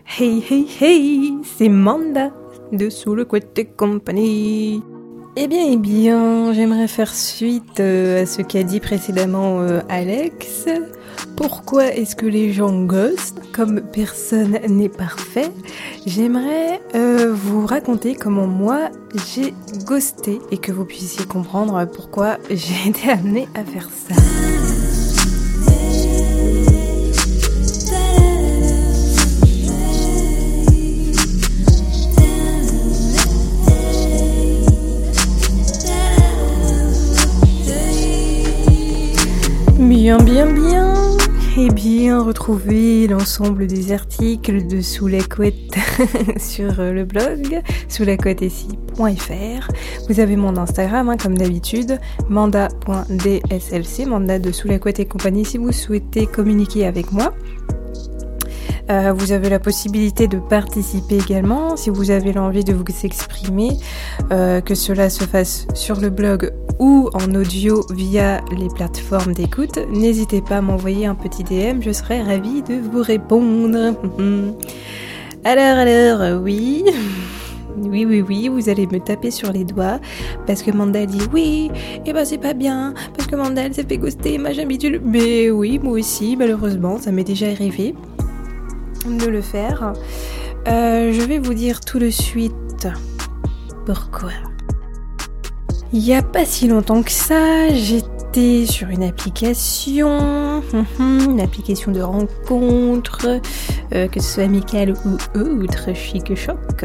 Hey hey hey, c'est Manda de Sous le Couette et compagnie. Eh bien, j'aimerais faire suite à ce qu'a dit précédemment Alex. Pourquoi est-ce que les gens ghostent ? Comme personne n'est parfait, j'aimerais vous raconter comment moi j'ai ghosté et que vous puissiez comprendre pourquoi j'ai été amenée à faire ça. Bien. Et bien, retrouvez l'ensemble des articles de Sous la Couette sur le blog soulacouettessi.fr. Vous avez mon Instagram, comme d'habitude, manda.dslc, Manda de Sous la Couette et compagnie, si vous souhaitez communiquer avec moi. Vous avez la possibilité de participer également, si vous avez l'envie de vous exprimer, que cela se fasse sur le blog ou en audio via les plateformes d'écoute. N'hésitez pas à m'envoyer un petit DM, je serai ravie de vous répondre. Alors, oui, vous allez me taper sur les doigts parce que Manda dit oui, et c'est pas bien, parce que Manda elle s'est fait ghoster, machin bidule. Mais oui, moi aussi, malheureusement, ça m'est déjà arrivé de le faire. Je vais vous dire tout de suite pourquoi. Il n'y a pas si longtemps que ça, j'étais sur une application de rencontre, que ce soit amicale ou autre, chic choc.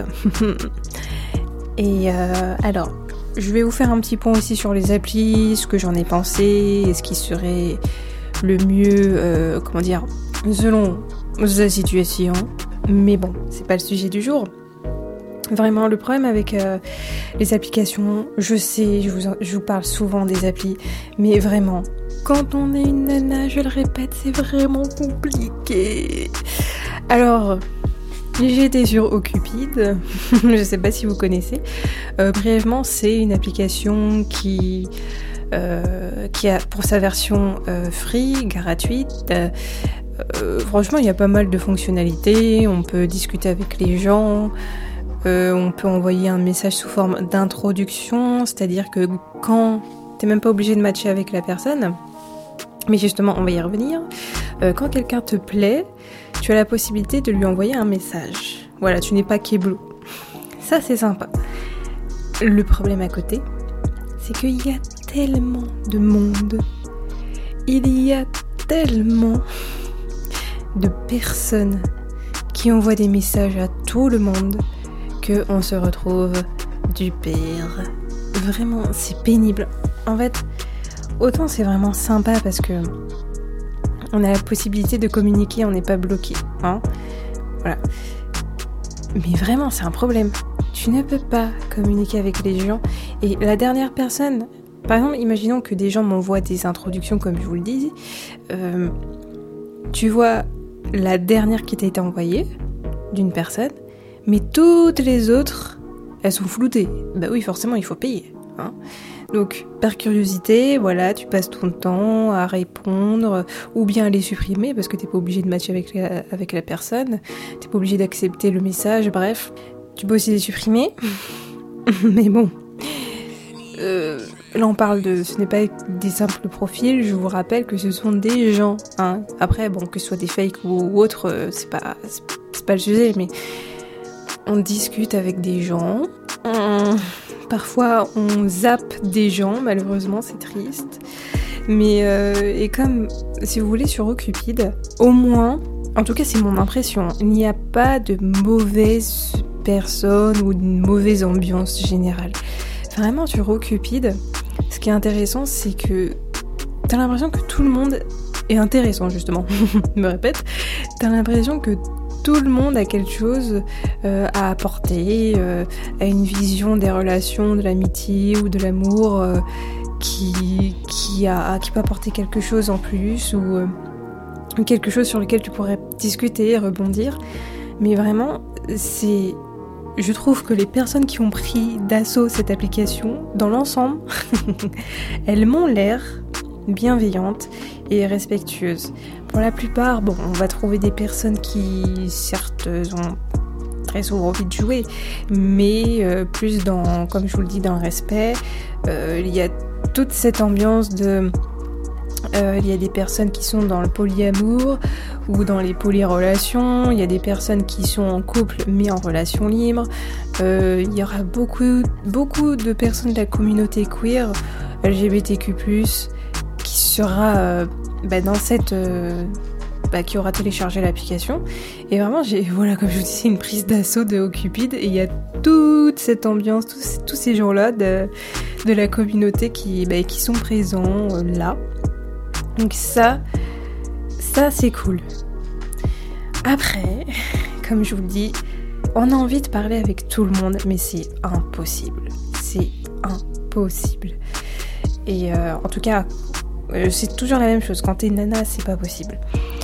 Et alors, je vais vous faire un petit point aussi sur les applis, ce que j'en ai pensé, et ce qui serait le mieux, selon la situation. Mais bon, c'est pas le sujet du jour. Vraiment, le problème avec les applications, je sais, je vous parle souvent des applis, mais vraiment, quand on est une nana, je le répète, c'est vraiment compliqué. Alors, j'étais sur Ocupid, je sais pas si vous connaissez. Brièvement, c'est une application qui a pour sa version free, gratuite. Franchement, il y a pas mal de fonctionnalités, on peut discuter avec les gens. On peut envoyer un message sous forme d'introduction, c'est-à-dire que quand t'es même pas obligé de matcher avec la personne, mais justement on va y revenir, quand quelqu'un te plaît, tu as la possibilité de lui envoyer un message. Voilà, tu n'es pas Keblo. Ça c'est sympa. Le problème à côté, c'est qu'il y a tellement de monde, il y a tellement de personnes qui envoient des messages à tout le monde, qu'on se retrouve du pire. Vraiment, c'est pénible. En fait, autant c'est vraiment sympa parce que on a la possibilité de communiquer, on n'est pas bloqué, Voilà. Mais vraiment, c'est un problème. Tu ne peux pas communiquer avec les gens. Et la dernière personne, par exemple, imaginons que des gens m'envoient des introductions, comme je vous le dis. Tu vois la dernière qui t'a été envoyée d'une personne, mais toutes les autres, elles sont floutées. Bah oui, forcément, il faut payer. Donc, par curiosité, voilà, tu passes ton temps à répondre, ou bien à les supprimer, parce que t'es pas obligé de matcher avec la personne, t'es pas obligé d'accepter le message, bref. Tu peux aussi les supprimer. Mais bon. Là, on parle ce n'est pas des simples profils, je vous rappelle que ce sont des gens. Après, bon, que ce soit des fakes ou autres, c'est pas le sujet, mais on discute avec des gens, parfois on zappe des gens, malheureusement c'est triste, mais et comme, si vous voulez, sur Ocupid, au moins, en tout cas c'est mon impression, il n'y a pas de mauvaise personne ou de mauvaise ambiance générale. Vraiment sur Ocupid, ce qui est intéressant, c'est que t'as l'impression que tout le monde est intéressant, justement, je me répète, t'as l'impression que tout le monde a quelque chose à apporter, a une vision des relations, de l'amitié ou de l'amour qui peut apporter quelque chose en plus ou quelque chose sur lequel tu pourrais discuter, rebondir. Mais vraiment, je trouve que les personnes qui ont pris d'assaut cette application, dans l'ensemble, elles m'ont l'air bienveillantes et respectueuses. Pour la plupart, on va trouver des personnes qui, certes, ont très souvent envie de jouer, mais plus dans, comme je vous le dis, dans le respect. Il y a toute cette ambiance de... il y a des personnes qui sont dans le polyamour ou dans les polyrelations, il y a des personnes qui sont en couple mais en relation libre, il y aura beaucoup de personnes de la communauté queer, LGBTQ+, qui sera dans cette... qui aura téléchargé l'application. Et vraiment, comme je vous dis, c'est une prise d'assaut de OkCupid, et il y a toute cette ambiance, tous ces gens-là de la communauté qui sont présents là. Donc ça c'est cool. Après, comme je vous le dis, on a envie de parler avec tout le monde, mais c'est impossible. C'est impossible. Et en tout cas, c'est toujours la même chose. Quand t'es une nana, c'est pas possible.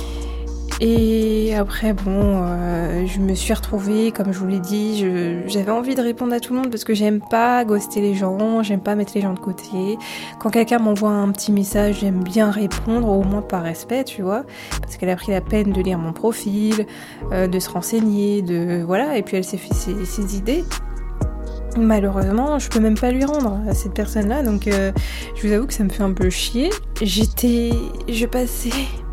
Et après, je me suis retrouvée, comme je vous l'ai dit, j'avais envie de répondre à tout le monde parce que j'aime pas ghoster les gens, j'aime pas mettre les gens de côté. Quand quelqu'un m'envoie un petit message, j'aime bien répondre, au moins par respect, tu vois, parce qu'elle a pris la peine de lire mon profil, de se renseigner, et puis elle s'est fait ses idées. Malheureusement, je peux même pas lui rendre à cette personne-là, donc je vous avoue que ça me fait un peu chier. Je passais,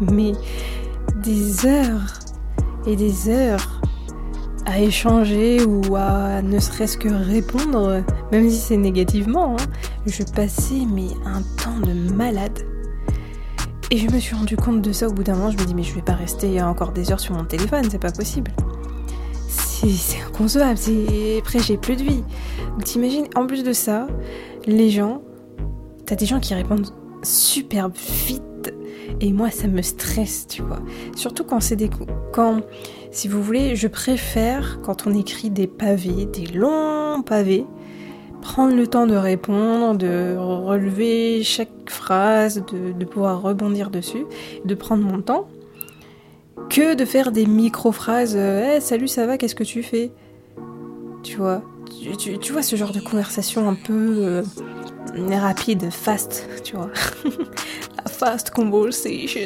des heures et des heures à échanger ou à ne serait-ce que répondre, même si c'est négativement, je passais un temps de malade. Et je me suis rendu compte de ça au bout d'un moment, je me dis mais je vais pas rester encore des heures sur mon téléphone, c'est pas possible. C'est inconcevable, après j'ai plus de vie. Donc t'imagines, en plus de ça, t'as des gens qui répondent super vite. Et moi, ça me stresse, tu vois. Surtout quand si vous voulez, je préfère, quand on écrit des pavés, des longs pavés, prendre le temps de répondre, de relever chaque phrase, de pouvoir rebondir dessus, de prendre mon temps, que de faire des micro-phrases. Hey, salut, ça va, qu'est-ce que tu fais ? Tu vois, tu vois ce genre de conversation un peu rapide, fast, tu vois. La fast conversation.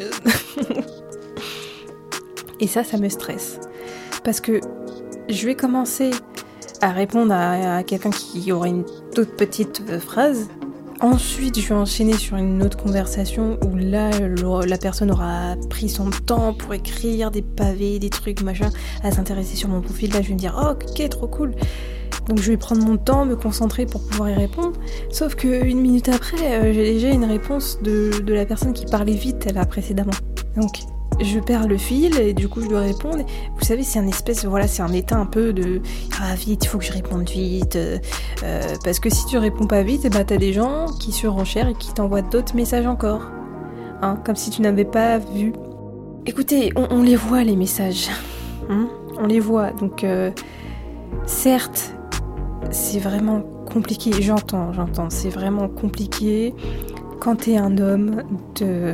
Et ça me stresse. Parce que je vais commencer à répondre à quelqu'un qui aurait une toute petite phrase. Ensuite, je vais enchaîner sur une autre conversation où là, la personne aura pris son temps pour écrire des pavés, des trucs, machin, à s'intéresser sur mon profil. Là, je vais me dire, oh, ok, trop cool. Donc je vais prendre mon temps, me concentrer pour pouvoir y répondre. Sauf qu'une minute après, j'ai déjà une réponse de la personne qui parlait vite là précédemment. Donc je perds le fil et du coup je dois répondre. Vous savez, c'est c'est un état un peu de vite, il faut que je réponde vite. Parce que si tu réponds pas vite, t'as des gens qui surenchèrent et qui t'envoient d'autres messages encore. Comme si tu n'avais pas vu. Écoutez, on les voit les messages. On les voit. Donc certes, c'est vraiment compliqué, j'entends, c'est vraiment compliqué quand t'es un homme de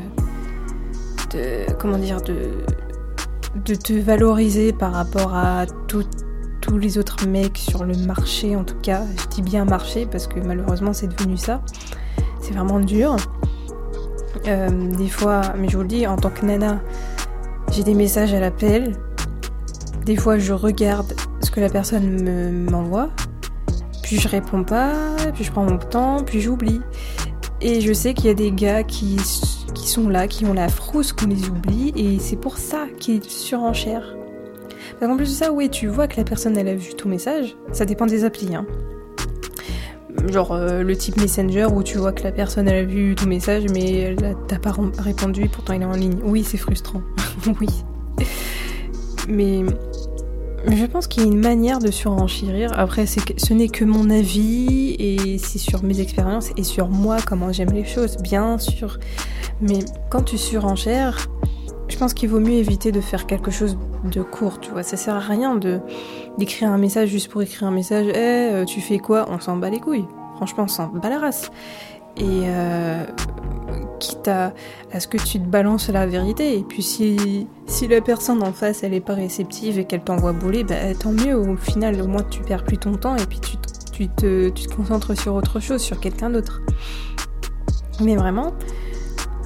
te valoriser par rapport à tous les autres mecs sur le marché, en tout cas, je dis bien marché parce que malheureusement c'est devenu ça, c'est vraiment dur. Des fois, mais je vous le dis, en tant que nana, j'ai des messages à l'appel, des fois je regarde ce que la personne m'envoie, puis je réponds pas, puis je prends mon temps, puis j'oublie. Et je sais qu'il y a des gars qui sont là, qui ont la frousse qu'on les oublie, et c'est pour ça qu'ils surenchèrent. Parce qu'en plus de ça, oui, tu vois que la personne elle a vu ton message, ça dépend des applis, Genre le type Messenger où tu vois que la personne elle a vu ton message, mais t'as pas répondu, pourtant il est en ligne. Oui, c'est frustrant, oui. Mais je pense qu'il y a une manière de surenchérir. Après, ce n'est que mon avis et c'est sur mes expériences et sur moi, comment j'aime les choses, bien sûr. Mais quand tu surenchères, je pense qu'il vaut mieux éviter de faire quelque chose de court, tu vois. Ça sert à rien d'écrire un message juste pour écrire un message. Tu fais quoi ? On s'en bat les couilles. Franchement, on s'en bat la race. Et quitte à ce que tu te balances la vérité. Et puis si la personne en face elle est pas réceptive et qu'elle t'envoie bouler, tant mieux, au final au moins tu perds plus ton temps et puis tu te concentres sur autre chose, sur quelqu'un d'autre. Mais vraiment,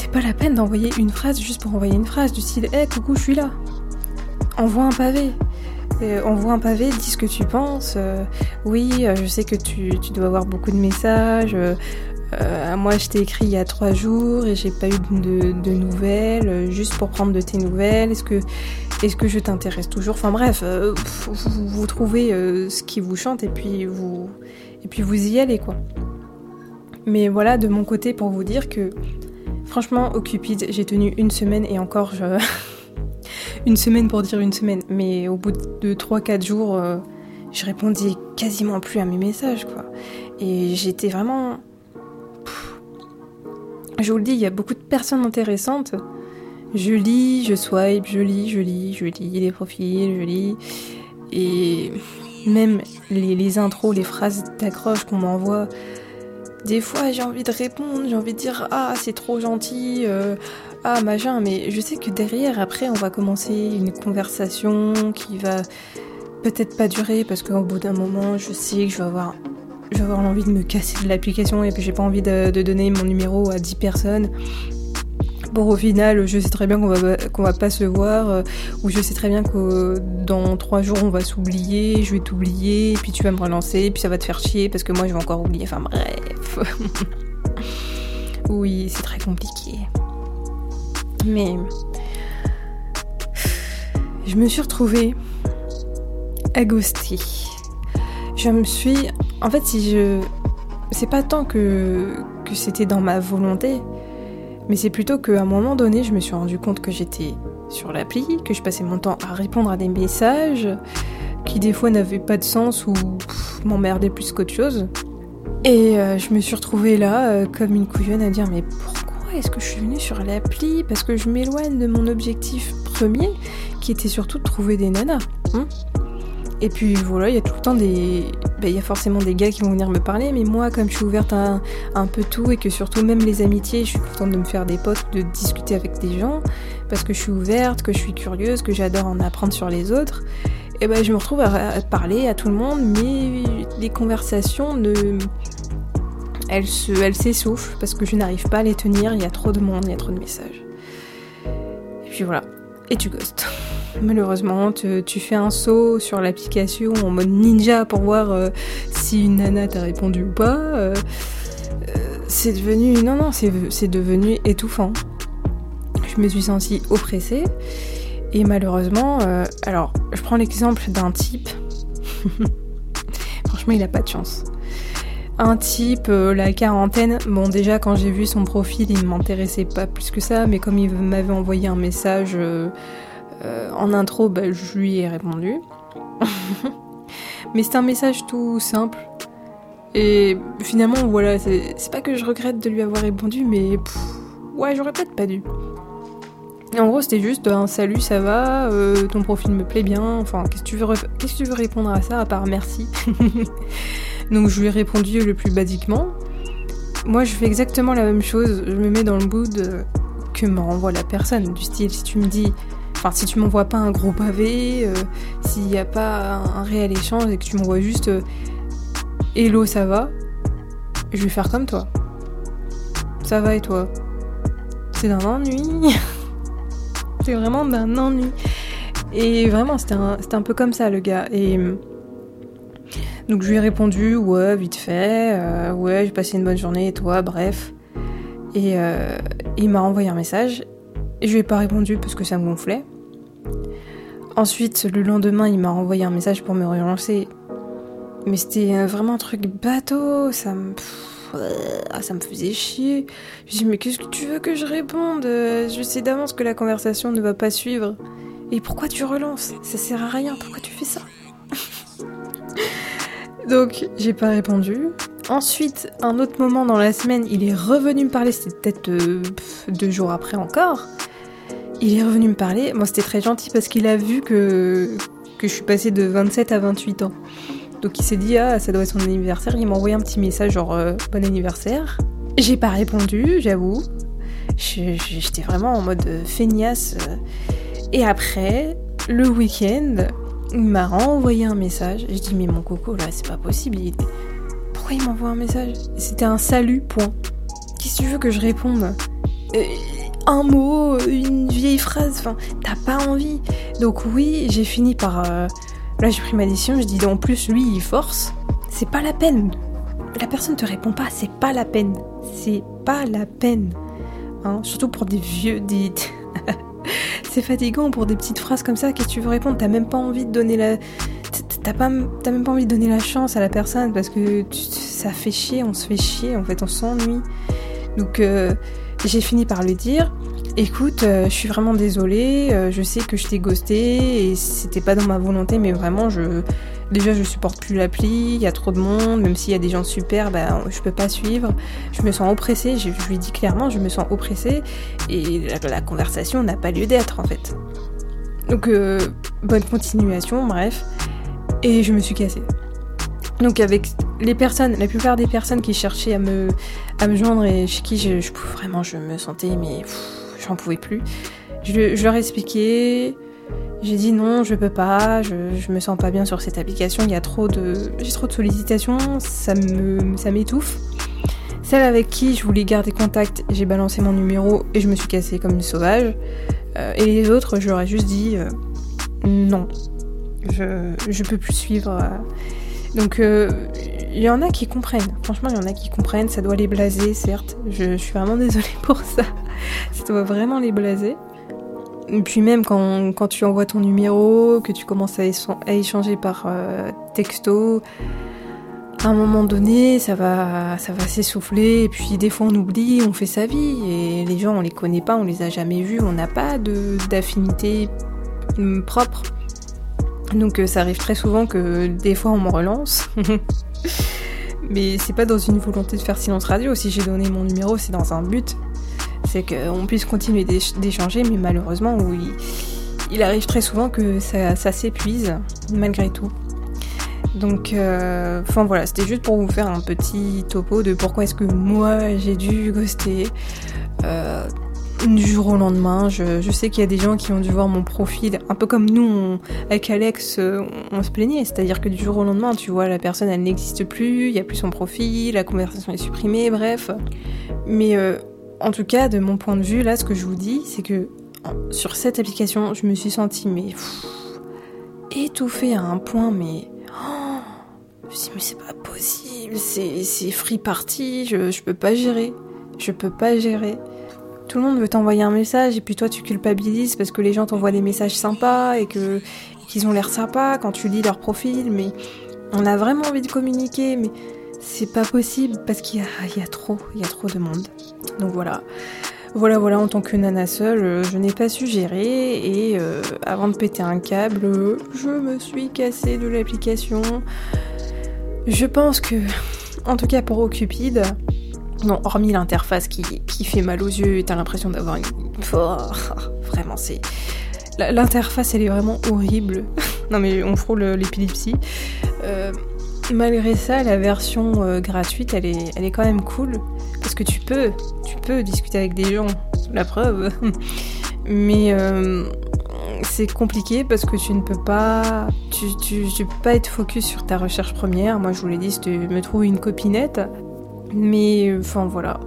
c'est pas la peine d'envoyer une phrase juste pour envoyer une phrase du style « Hey, coucou, je suis là ». Envoie un pavé. Dis ce que tu penses. Oui, je sais que tu dois avoir beaucoup de messages. Moi, je t'ai écrit il y a 3 jours et j'ai pas eu de nouvelles. Juste pour prendre de tes nouvelles. Est-ce que je t'intéresse toujours ? Enfin bref, vous trouvez ce qui vous chante et puis vous y allez, quoi. Mais voilà, de mon côté, pour vous dire que franchement, au Cupid, j'ai tenu une semaine et encore, une semaine pour dire une semaine. Mais au bout de 3-4 jours, je répondais quasiment plus à mes messages, quoi. Et j'étais vraiment... Je vous le dis, il y a beaucoup de personnes intéressantes. Je lis, je swipe, je lis les profils, je lis. Et même les intros, les phrases d'accroche qu'on m'envoie... Des fois, j'ai envie de répondre, j'ai envie de dire « Ah, c'est trop gentil, ah, machin », mais je sais que derrière, après, on va commencer une conversation qui va peut-être pas durer, parce qu'au bout d'un moment, je sais que je vais avoir l'envie de me casser de l'application, et puis j'ai pas envie de donner mon numéro à 10 personnes. Bon, au final, je sais très bien qu'on va pas se voir, ou je sais très bien que dans 3 jours, on va s'oublier, je vais t'oublier, et puis tu vas me relancer, et puis ça va te faire chier, parce que moi, je vais encore oublier, enfin bref. Oui, c'est très compliqué. Mais... je me suis retrouvée à ghoster. En fait, c'est pas tant que c'était dans ma volonté, mais c'est plutôt qu'à un moment donné, je me suis rendu compte que j'étais sur l'appli, que je passais mon temps à répondre à des messages qui des fois n'avaient pas de sens ou m'emmerdaient plus qu'autre chose. Et je me suis retrouvée là, comme une couillonne, à dire « Mais pourquoi est-ce que je suis venue sur l'appli ? Parce que je m'éloigne de mon objectif premier, qui était surtout de trouver des nanas. Et puis voilà, il y a tout le temps il y a forcément des gars qui vont venir me parler, mais moi, comme je suis ouverte à un peu tout, et que surtout même les amitiés, je suis contente de me faire des potes, de discuter avec des gens, parce que je suis ouverte, que je suis curieuse, que j'adore en apprendre sur les autres, et je me retrouve à parler à tout le monde, mais les conversations elles s'essoufflent, parce que je n'arrive pas à les tenir, il y a trop de monde, il y a trop de messages. Et puis voilà, et tu ghostes. Malheureusement, tu fais un saut sur l'application en mode ninja pour voir si une nana t'a répondu ou pas. C'est devenu étouffant. Je me suis sentie oppressée. Et malheureusement, alors, je prends l'exemple d'un type. Franchement, il a pas de chance. Un type, la quarantaine, bon déjà quand j'ai vu son profil, il ne m'intéressait pas plus que ça, mais comme il m'avait envoyé un message... en intro, je lui ai répondu. Mais c'est un message tout simple. Et finalement, voilà, c'est pas que je regrette de lui avoir répondu, mais ouais, j'aurais peut-être pas dû. Et en gros, c'était juste un salut, ça va, ton profil me plaît bien, enfin, qu'est-ce que tu veux répondre à ça à part merci. Donc je lui ai répondu le plus basiquement. Moi, je fais exactement la même chose, je me mets dans le mood que me renvoie la personne, du style, si tu m'envoies pas un gros pavé, s'il n'y a pas un réel échange et que tu m'envoies juste hello, ça va, je vais faire comme toi. Ça va et toi ? C'est d'un ennui. C'est vraiment d'un ennui. Et vraiment, c'était un peu comme ça, le gars. Et donc je lui ai répondu, ouais, vite fait, ouais, j'ai passé une bonne journée et toi, bref. Et il m'a envoyé un message. Et je lui ai pas répondu parce que ça me gonflait. Ensuite, le lendemain, il m'a renvoyé un message pour me relancer. Mais c'était vraiment un truc bateau, ça me faisait chier. Je me dis, mais qu'est-ce que tu veux que je réponde ? Je sais d'avance que la conversation ne va pas suivre. Et pourquoi tu relances ? Ça sert à rien, pourquoi tu fais ça ? Donc, j'ai pas répondu. Ensuite, un autre moment dans la semaine, il est revenu me parler, c'était peut-être 2 jours après encore. Il est revenu me parler, moi c'était très gentil parce qu'il a vu que je suis passée de 27 à 28 ans. Donc il s'est dit, ah ça doit être son anniversaire, il m'a envoyé un petit message genre bon anniversaire. J'ai pas répondu, j'avoue. J'étais vraiment en mode feignasse. Et après, le week-end, il m'a renvoyé un message. Je dis, mais mon coco là, c'est pas possible, pourquoi il m'envoie un message ? C'était un salut, point. Qu'est-ce que tu veux que je réponde ? un mot, une vieille phrase, enfin, t'as pas envie. Donc oui, j'ai fini par... Là, j'ai pris ma décision, je dis en plus, lui, il force. C'est pas la peine. La personne te répond pas, c'est pas la peine. C'est pas la peine. Hein, surtout pour des vieux... C'est fatigant pour des petites phrases comme ça, qu'est-ce que tu veux répondre ? T'as même pas envie de donner la... T'as même pas envie de donner la chance à la personne parce que ça fait chier, on se fait chier, en fait, on s'ennuie. Donc j'ai fini par lui dire, écoute, je suis vraiment désolée, je sais que je t'ai ghosté et c'était pas dans ma volonté, mais vraiment, déjà je supporte plus l'appli, il y a trop de monde, même s'il y a des gens super, je peux pas suivre, je me sens oppressée, je lui dis clairement, je me sens oppressée et la conversation n'a pas lieu d'être en fait. Donc bonne continuation, bref. Et je me suis cassée. Donc avec la plupart des personnes qui cherchaient à me joindre et chez qui je me sentais, mais j'en pouvais plus. Je leur ai expliqué, j'ai dit non, je peux pas, je me sens pas bien sur cette application, j'ai trop de sollicitations, ça m'étouffe. Celle avec qui je voulais garder contact, j'ai balancé mon numéro et je me suis cassée comme une sauvage. Et les autres, je leur ai juste dit non. Je peux plus suivre. Donc il y en a qui comprennent. Franchement, il y en a qui comprennent. Ça doit les blaser, certes. Je suis vraiment désolée pour ça. Ça doit vraiment les blaser. Et puis même quand tu envoies ton numéro, que tu commences à échanger par texto, à un moment donné, ça va s'essouffler. Et puis des fois on oublie, on fait sa vie. Et les gens, on les connaît pas, on les a jamais vus. On n'a pas d'affinité propre. Donc ça arrive très souvent que des fois on me relance. Mais c'est pas dans une volonté de faire silence radio. Si j'ai donné mon numéro, c'est dans un but. C'est qu'on puisse continuer d'échanger, mais malheureusement, oui, il arrive très souvent que ça s'épuise, malgré tout. Donc, voilà, c'était juste pour vous faire un petit topo de pourquoi est-ce que moi j'ai dû ghoster. Du jour au lendemain, je sais qu'il y a des gens qui ont dû voir mon profil, un peu comme nous, avec Alex, on se plaignait, c'est-à-dire que du jour au lendemain, tu vois, la personne, elle n'existe plus, il n'y a plus son profil, la conversation est supprimée, bref. Mais en tout cas, de mon point de vue, là, ce que je vous dis, c'est que sur cette application, je me suis sentie, étouffée à un point, mais... je me suis dit, mais c'est pas possible, c'est free party, je peux pas gérer. Tout le monde veut t'envoyer un message et puis toi tu culpabilises parce que les gens t'envoient des messages sympas et qu'ils ont l'air sympas quand tu lis leur profil, mais on a vraiment envie de communiquer, mais c'est pas possible parce qu'il y a trop de monde. Donc voilà, en tant que nana seule, je n'ai pas su gérer et avant de péter un câble, je me suis cassée de l'application. Je pense que, en tout cas pour Ocupid, non, hormis l'interface qui fait mal aux yeux et t'as l'impression d'avoir une... vraiment, c'est... L'interface, elle est vraiment horrible. Non mais on frôle l'épilepsie. Malgré ça, la version gratuite, elle est quand même cool. Parce que tu peux discuter avec des gens, la preuve. Mais c'est compliqué parce que tu ne peux pas... Tu peux pas être focus sur ta recherche première. Moi, je vous l'ai dit, c'était me trouver une copinette. Mais voilà,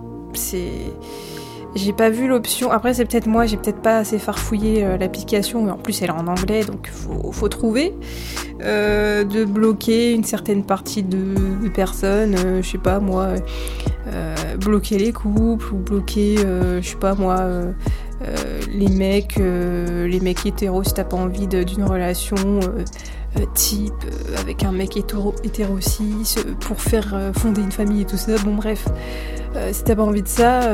j'ai pas vu l'option. Après c'est peut-être moi, j'ai peut-être pas assez farfouillé l'application, mais en plus elle est en anglais, donc faut trouver de bloquer une certaine partie de personnes, je sais pas moi, bloquer les couples ou bloquer je sais pas moi les mecs hétéros si t'as pas envie d'une relation type avec un mec hétéro-cis pour faire fonder une famille et tout ça. Bon bref, si t'as pas envie de ça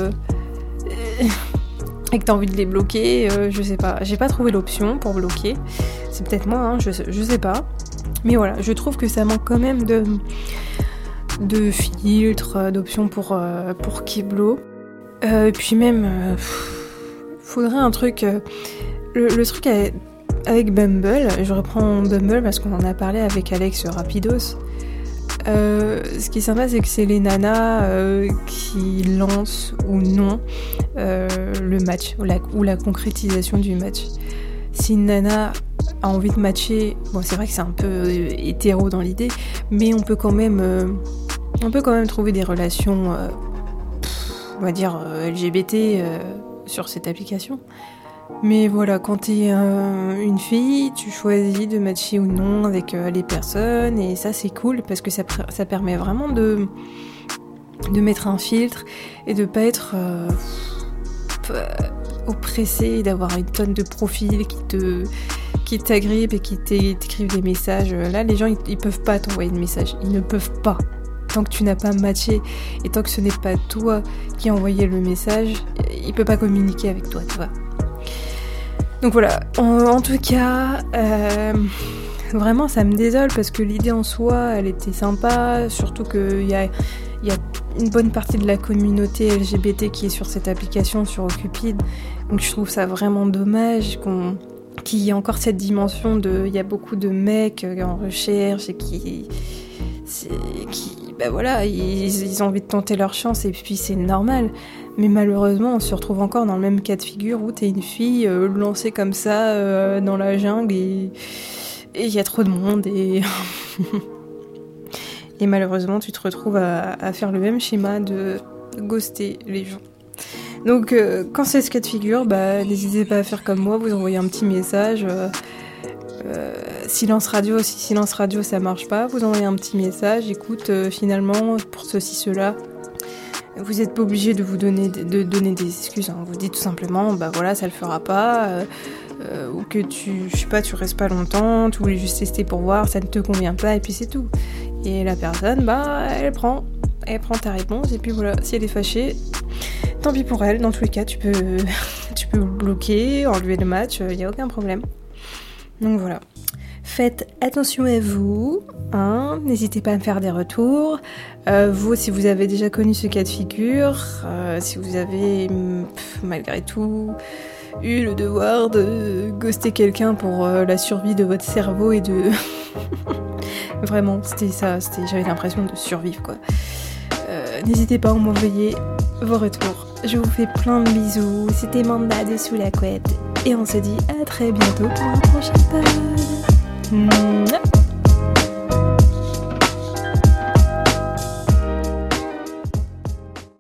et que t'as envie de les bloquer, je sais pas, j'ai pas trouvé l'option pour bloquer. C'est peut-être moi, hein, je sais pas. Mais voilà, je trouve que ça manque quand même de filtres, d'options pour Keblo. Et puis même, faudrait un truc... le truc avec Bumble, je reprends Bumble parce qu'on en a parlé avec Alex Rapidos. Ce qui est sympa, c'est que c'est les nanas qui lancent ou non le match ou la concrétisation du match. Si une nana a envie de matcher, bon c'est vrai que c'est un peu hétéro dans l'idée, mais on peut quand même trouver des relations, on va dire LGBT sur cette application. Mais voilà, quand t'es une fille, tu choisis de matcher ou non avec les personnes, et ça c'est cool parce que ça permet vraiment de mettre un filtre et de pas être oppressé, d'avoir une tonne de profils qui t'agrippent et qui t'écrivent des messages. Là, les gens ils peuvent pas t'envoyer de messages, ils ne peuvent pas. Tant que tu n'as pas matché et tant que ce n'est pas toi qui as envoyé le message, il peut pas communiquer avec toi, tu vois. Donc voilà, en tout cas, vraiment ça me désole parce que l'idée en soi, elle était sympa, surtout qu'il y a une bonne partie de la communauté LGBT qui est sur cette application, sur Cupid. Donc je trouve ça vraiment dommage qu'il y ait encore cette dimension il y a beaucoup de mecs en recherche et ben voilà, ils ont envie de tenter leur chance et puis c'est normal. Mais malheureusement, on se retrouve encore dans le même cas de figure où t'es une fille lancée comme ça dans la jungle et il y a trop de monde et et malheureusement tu te retrouves à faire le même schéma de ghoster les gens. Donc quand c'est ce cas de figure, bah n'hésitez pas à faire comme moi, vous envoyez un petit message. Silence radio, si silence radio ça marche pas, vous envoyez un petit message, écoute, finalement pour ceci cela, vous êtes pas obligé de donner des excuses, hein. Vous dites tout simplement, bah voilà, ça le fera pas, ou que tu restes pas longtemps, tu voulais juste tester pour voir, ça ne te convient pas, et puis c'est tout. Et la personne, bah elle prend ta réponse, et puis voilà, si elle est fâchée, tant pis pour elle, dans tous les cas, tu peux bloquer, enlever le match, y a aucun problème. Donc voilà. Faites attention à vous, hein, n'hésitez pas à me faire des retours. Vous, si vous avez déjà connu ce cas de figure, si vous avez, malgré tout, eu le devoir de ghoster quelqu'un pour la survie de votre cerveau et de... Vraiment, j'avais l'impression de survivre, quoi. N'hésitez pas à m'envoyer vos retours. Je vous fais plein de bisous, c'était Manda de Sous la Couette. Et on se dit à très bientôt pour un prochain pod.